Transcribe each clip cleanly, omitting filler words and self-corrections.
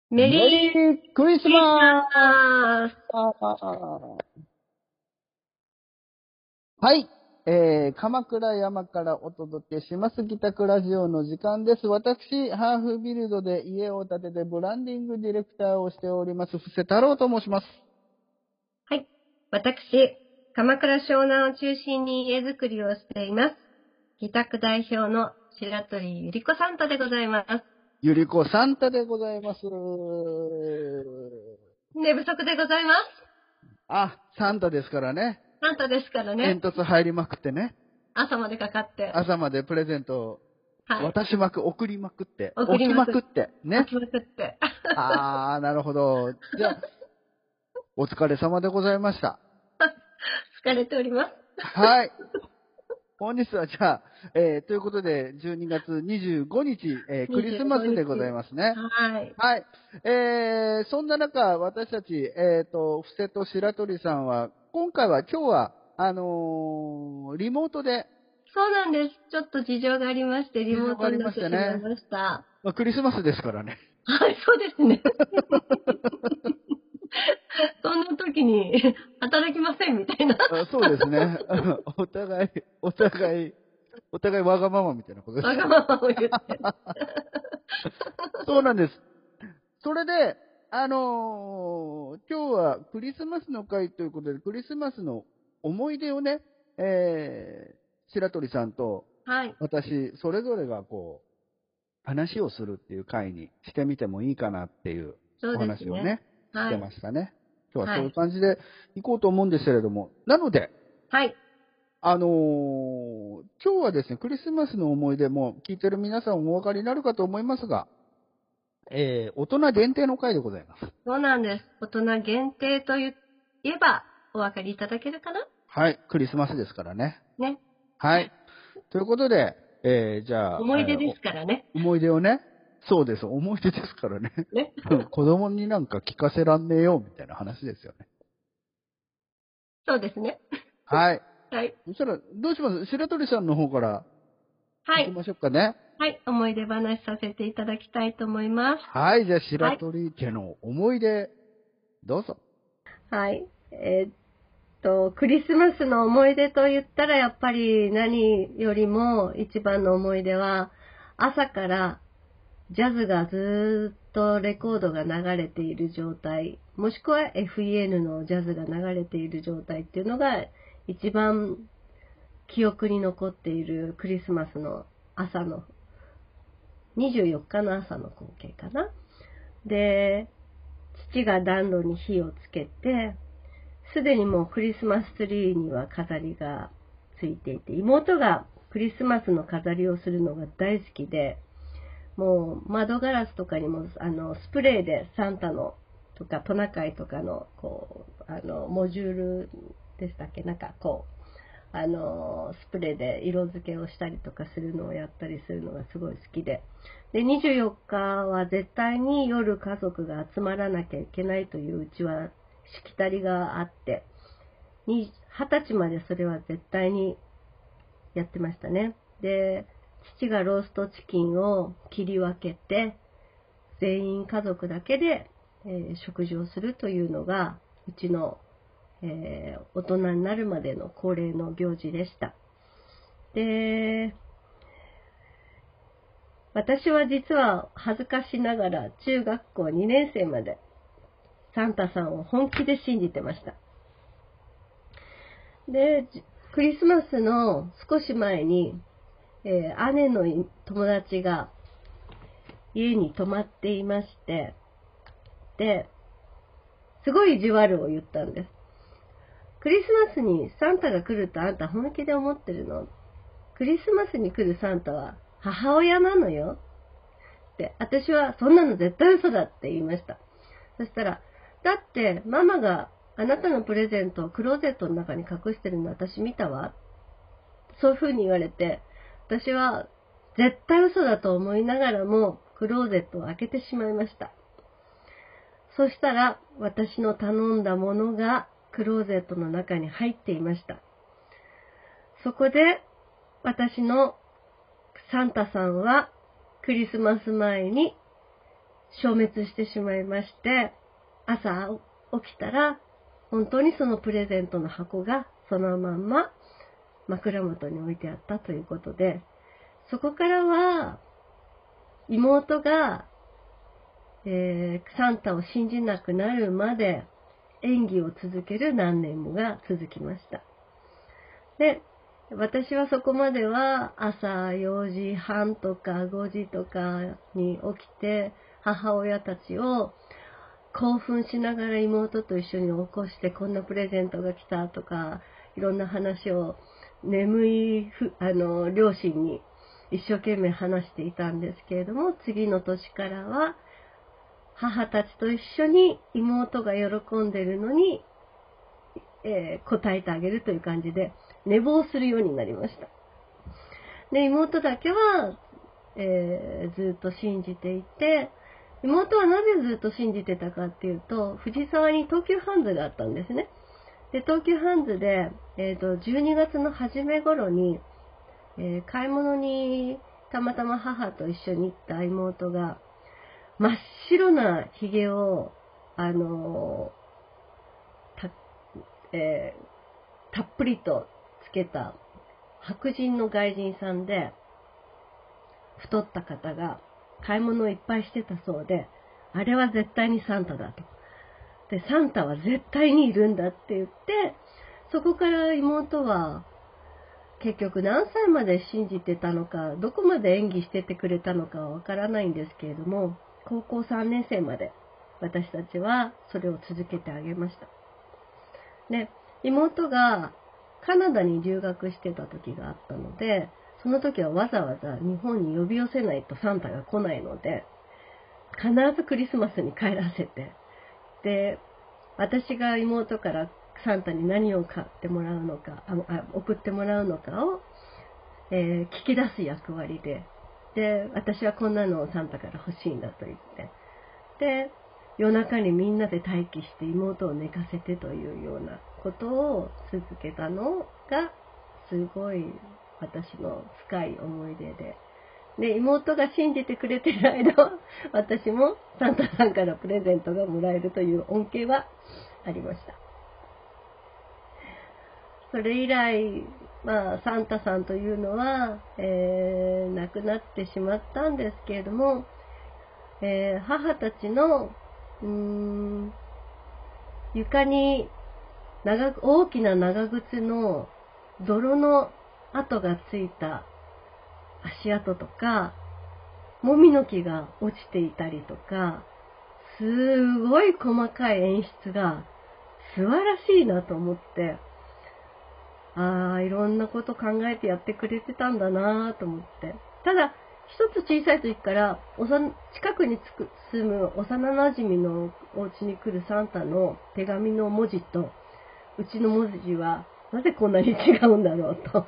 メリークリスマスはい。鎌倉山からお届けします。北区ラジオの時間です。私、ハーフビルドで家を建ててブランディングディレクターをしております、布施太郎と申します。 はい。私、鎌倉湘南を中心に家づくりをしています。北区代表の白鳥ゆり子サンタでございます。 ゆり子サンタでございます。 寝不足でございます。 あ、サンタですからね。 サンタですからね。 煙突入りまくってね。 朝までかかって。 朝までプレゼントを渡しまく、送りまくって。 送りまくって。 ね。 置きまくって。 あー、なるほど。じゃあ、お疲れ様でございました。 疲れております。 はい。本日はじゃあ、ということで、12月25日、クリスマスでございますね。 はい。 はい。そんな中、私たち、布施と白鳥さんは、今日は、リモートで。 そうなんです。ちょっと事情がありまして、リモートになってしまいました。 まあ、クリスマスですからね。 はい、そうですね。そんな時に働きませんみたいな。 そうですね。お互いわがままみたいなことです。 わがままを言って。 そうなんです。それで、今日はクリスマスの会ということで、クリスマスの思い出をね、白鳥さんと私、それぞれがこう、話をするっていう会にしてみてもいいかなっていうお話をね、してましたね。今日はそういう感じで行こうと思うんですけれども、なので、 はい。 今日はですね、クリスマスの思い出も聞いてる皆さんお分かりになるかと思いますが、大人限定の回でございます。 そうなんです。大人限定と言えばお分かりいただけるかな？ はい。クリスマスですからね。 ね。 はい。ということで、じゃあ。 思い出ですからね。 思い出をね。そうです。思い出ですからね。 ね。 子供になんか聞かせらんねえよ、みたいな話ですよね。 そうですね。 はい。 はい。 そしたら、どうします？白鳥さんの方から、行きましょうかね。 はい。思い出話させていただきたいと思います。 はい。じゃあ、白鳥家の思い出、どうぞ。 はい。クリスマスの思い出と言ったらやっぱり何よりも一番の思い出は朝からジャズがずっとレコードが流れている状態、もしくは FEN のジャズが流れている状態っていうのが一番記憶に残っているクリスマスの朝の24日の朝の光景かな。で、父が暖炉に火をつけて、すでにもうクリスマスツリーには飾りがついていて、妹がクリスマスの飾りをするのが大好きで、もう窓ガラスとかにもスプレーでサンタのとかトナカイとかのこうモジュールでしたっけ、なんかこうスプレーで色付けをしたりとかするのをやったりするのがすごい好きで、24日は絶対に夜家族が集まらなきゃいけないといううちはしきたりがあって、20歳までそれは絶対にやってましたね。で、父がローストチキンを切り分けて、全員家族だけで、食事をするというのが、うちの、大人になるまでの恒例の行事でした。で、私は実は恥ずかしながら中学校2年生までサンタさんを本気で信じてました。で、クリスマスの少し前に、姉の友達が家に泊まっていまして、で、すごい意地悪を言ったんです。クリスマスにサンタが来るとあんた本気で思ってるの？クリスマスに来るサンタは母親なのよ。で、私はそんなの絶対嘘だって言いました。そしたら、だってママがあなたのプレゼントをクローゼットの中に隠してるの私見たわ。そういうふうに言われて、私は絶対嘘だと思いながらもクローゼットを開けてしまいました。そしたら私の頼んだものがクローゼットの中に入っていました。そこで私のサンタさんはクリスマス前に消滅してしまいまして、朝起きたら、本当にそのプレゼントの箱がそのまんま枕元に置いてあったということで、そこからは妹が、サンタを信じなくなるまで演技を続ける何年もが続きました。で、私はそこまでは朝4時半とか5時とかに起きて、母親たちを興奮しながら妹と一緒に起こして、こんなプレゼントが来たとか、いろんな話を眠い両親に一生懸命話していたんですけれども、次の年からは母たちと一緒に妹が喜んでいるのに、答えてあげるという感じで寝坊するようになりました。で、妹だけは、ずっと信じていて、妹はなぜずっと信じてたかっていうと、藤沢に東急ハンズがあったんですね。で、東急ハンズで、12月の初め頃に、買い物にたまたま母と一緒に行った妹が、真っ白な髭を、たっぷりとつけた白人の外人さんで、太った方が買い物をいっぱいしてたそうで、あれは絶対にサンタだと。で、サンタは絶対にいるんだって言って、そこから妹は結局何歳まで信じてたのか、どこまで演技しててくれたのかはわからないんですけれども、高校3年生まで私たちはそれを続けてあげました。で、妹がカナダに留学してた時があったので、その時はわざわざ日本に呼び寄せないとサンタが来ないので、必ずクリスマスに帰らせて、で、私が妹からサンタに何を買ってもらうのか、送ってもらうのかを、聞き出す役割で、で、私はこんなのをサンタから欲しいんだと言って、で、夜中にみんなで待機して妹を寝かせてというようなことを続けたのが、すごい私の深い思い出で、で、妹が信じてくれてる間は、私もサンタさんからプレゼントがもらえるという恩恵はありました。それ以来、サンタさんというのは、亡くなってしまったんですけれども、母たちの、床に大きな長靴の泥の跡がついた足跡とか、もみの木が落ちていたりとか、すごい細かい演出が素晴らしいなと思って、いろんなこと考えてやってくれてたんだなと思って。ただ、一つ小さい時から近くに住む幼馴染のお家に来るサンタの手紙の文字と、うちの文字はなぜこんなに違うんだろうと。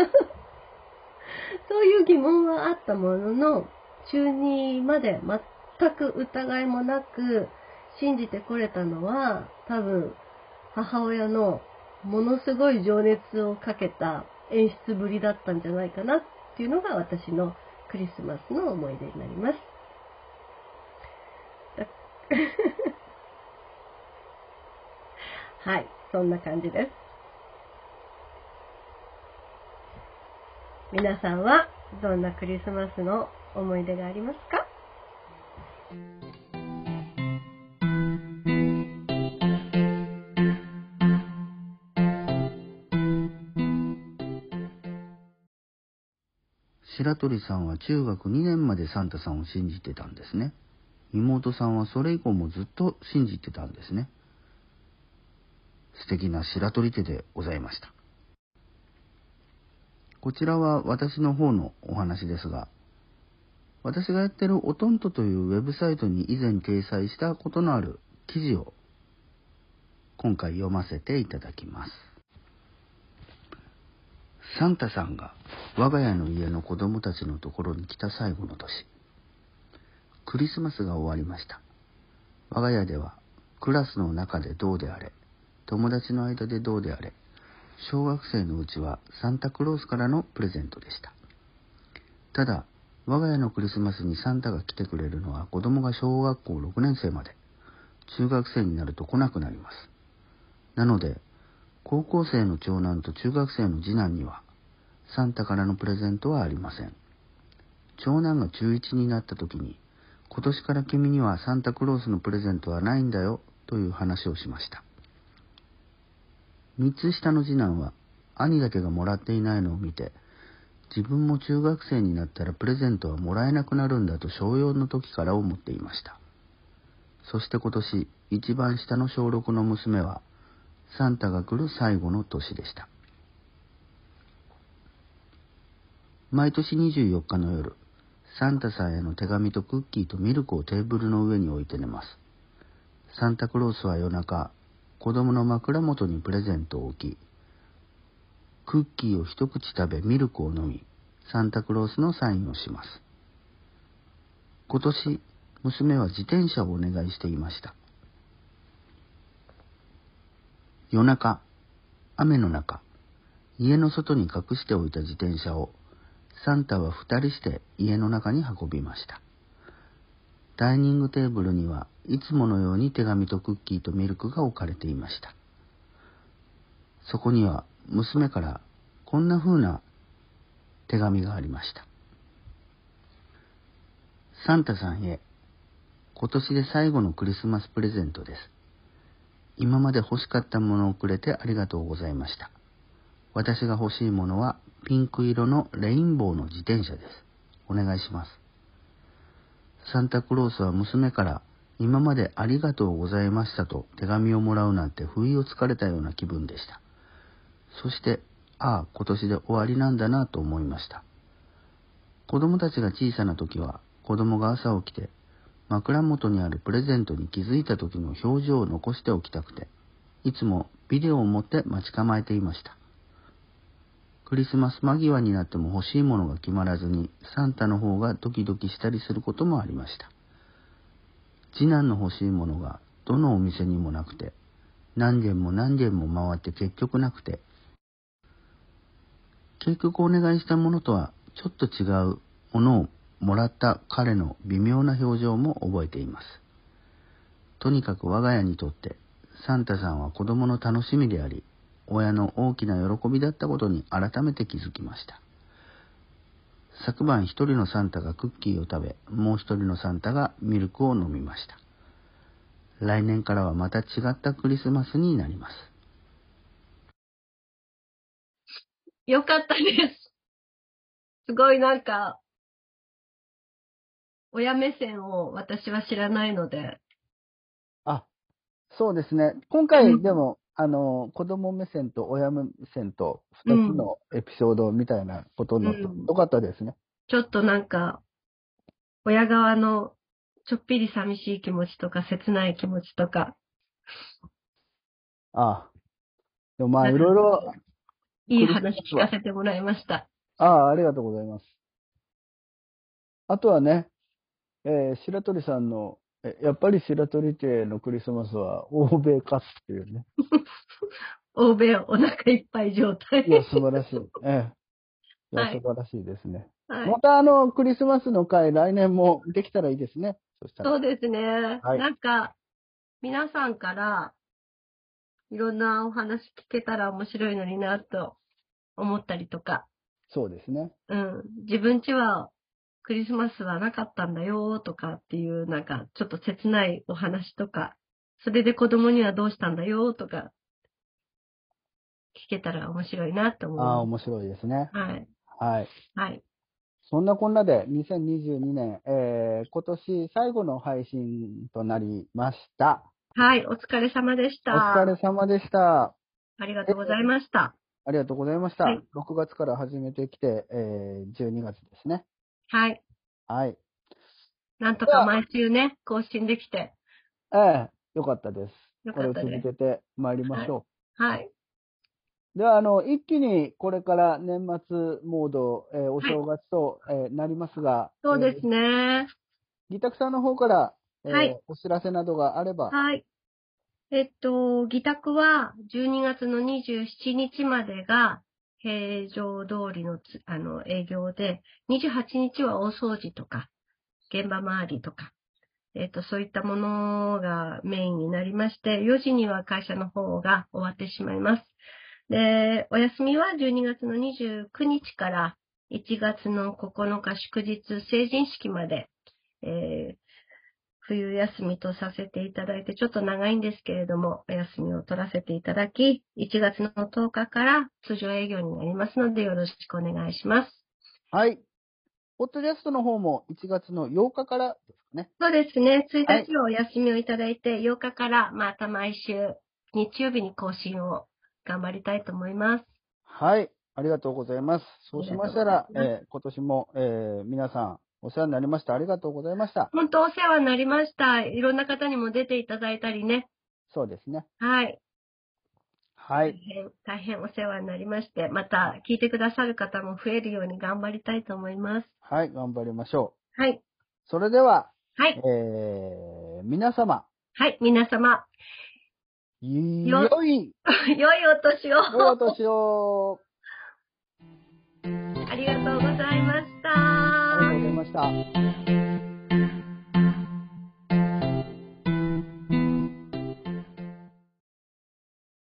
そういう疑問はあったものの、中2まで全く疑いもなく信じてこれたのは、多分母親のものすごい情熱をかけた演出ぶりだったんじゃないかなっていうのが私のクリスマスの思い出になります。はい、そんな感じです。皆さんはどんなクリスマスの思い出がありますか？ 白鳥さんは中学2年までサンタさんを信じてたんですね。妹さんはそれ以降もずっと信じてたんですね。素敵な白鳥手でございました。こちらは私の方のお話ですが、私がやってるおとんとというウェブサイトに以前掲載したことのある記事を今回読ませていただきます。サンタさんが我が家の家の子供たちのところに来た最後の年、クリスマスが終わりました。我が家ではクラスの中でどうであれ、友達の間でどうであれ、小学生のうちはサンタクロースからのプレゼントでした。ただ、 我が家のクリスマスにサンタが来てくれるのは子供が小学校6年生まで、中学生になると来なくなります。なので、高校生の長男と中学生の次男には、サンタからのプレゼントはありません。長男が中1になった時に、今年から君にはサンタクロースのプレゼントはないんだよという話をしました。3つ下の次男は兄だけがもらっていないのを見て、自分も中学生になったらプレゼントはもらえなくなるんだと小4の時から思っていました。そして今年一番下の小6の娘はサンタが来る最後の年でした。毎年24日の夜、サンタさんへの手紙とクッキーとミルクをテーブルの上に置いて寝ます。サンタクロースは夜中、子供の枕元にプレゼントを置き、クッキーを一口食べミルクを飲み、サンタクロースのサインをします。今年、娘は自転車をお願いしていました。夜中、雨の中、家の外に隠しておいた自転車をサンタは2人して家の中に運びました。ダイニングテーブルにはいつものように手紙とクッキーとミルクが置かれていました。そこには娘からこんな風な手紙がありました。サンタさんへ、今年で最後のクリスマスプレゼントです。今まで欲しかったものをくれてありがとうございました。私が欲しいものはピンク色のレインボーの自転車です。お願いします。サンタクロースは娘から今までありがとうございましたと手紙をもらうなんて不意をつかれたような気分でした。そして、ああ、今年で終わりなんだなと思いました。子供たちが小さな時は子供が朝起きて枕元にあるプレゼントに気づいた時の表情を残しておきたくて、いつもビデオを持って待ち構えていました。クリスマス間際になっても欲しいものが決まらずに、サンタの方がドキドキしたりすることもありました。次男の欲しいものがどのお店にもなくて、何軒も何軒も回って結局なくて、結局お願いしたものとはちょっと違うものをもらった彼の微妙な表情も覚えています。とにかく我が家にとってサンタさんは子供の楽しみであり、親の大きな喜びだったことに改めて気づきました。昨晩一人のサンタがクッキーを食べ、もう一人のサンタがミルクを飲みました。来年からはまた違ったクリスマスになります。 よかったです。すごいなんか、親目線を私は知らないので。 あ、そうですね。今回でも、子供目線と親目線と2つのエピソードみたいなことになって、よかったですね。 ちょっとなんか、親側のちょっぴり寂しい気持ちとか、切ない気持ちとか。 ああ。でもまあ、いろいろ。 いい話聞かせてもらいました。 ああ、ありがとうございます。あとはね、白鳥さんの、やっぱり白鳥家のクリスマスは欧米かっていうね。 欧米お腹いっぱい状態。 いや、素晴らしい。いや、 はい、 素晴らしいですね。 はい、 またクリスマスの会、来年もできたらいいですね。 そうですね。 はい、 なんか、皆さんからいろんなお話聞けたら面白いのになと思ったりとか。 そうですね。 うん。自分家はクリスマスはなかったんだよとかっていう、なんかちょっと切ないお話とか、それで子供にはどうしたんだよとか、聞けたら面白いなと思う。 ああ、面白いですね。 はい。 はい。 はい。 そんなこんなで2022年、今年最後の配信となりました。 はい、お疲れ様でした。 お疲れ様でした。 ありがとうございました。 ありがとうございました。 はい、 6月から始めてきて、12月ですね。 はい。 はい。 なんとか毎週ね、更新できて。 よかったです。これを続けてまいりましょう。はい。はい、 では、一気にこれから年末モード、お正月と、なりますが。 そうですね。 ギタクさんの方から、 はい、 お知らせなどがあれば。 はい。ギタクは12月の27日までが、 平常通りの営業で、28日は大掃除とか、現場周りとか、そういったものがメインになりまして、4時には会社の方が終わってしまいます。で、お休みは12月の29日から1月の9日祝日成人式まで、冬休みとさせていただいて、ちょっと長いんですけれども、お休みを取らせていただき、1月の10日から通常営業になりますので、よろしくお願いします。 はい。ポッドキャストの方も1月の8日からですかね。 そうですね。1日はお休みをいただいて、8日からまた毎週日曜日に更新を頑張りたいと思います。 はい。ありがとうございます。そうしましたら、今年も、皆さんお世話になりました。ありがとうございました。 本当お世話になりました。いろんな方にも出ていただいたりね。 そうですね。 はい。 はい。 大変お世話になりまして、また聞いてくださる方も増えるように頑張りたいと思います。 はい、頑張りましょう。はい。 それでは、 はい。 皆様。 はい、皆様。 良い良いお年を。 良いお年を。 ありがとうございました。 ありがとうございました。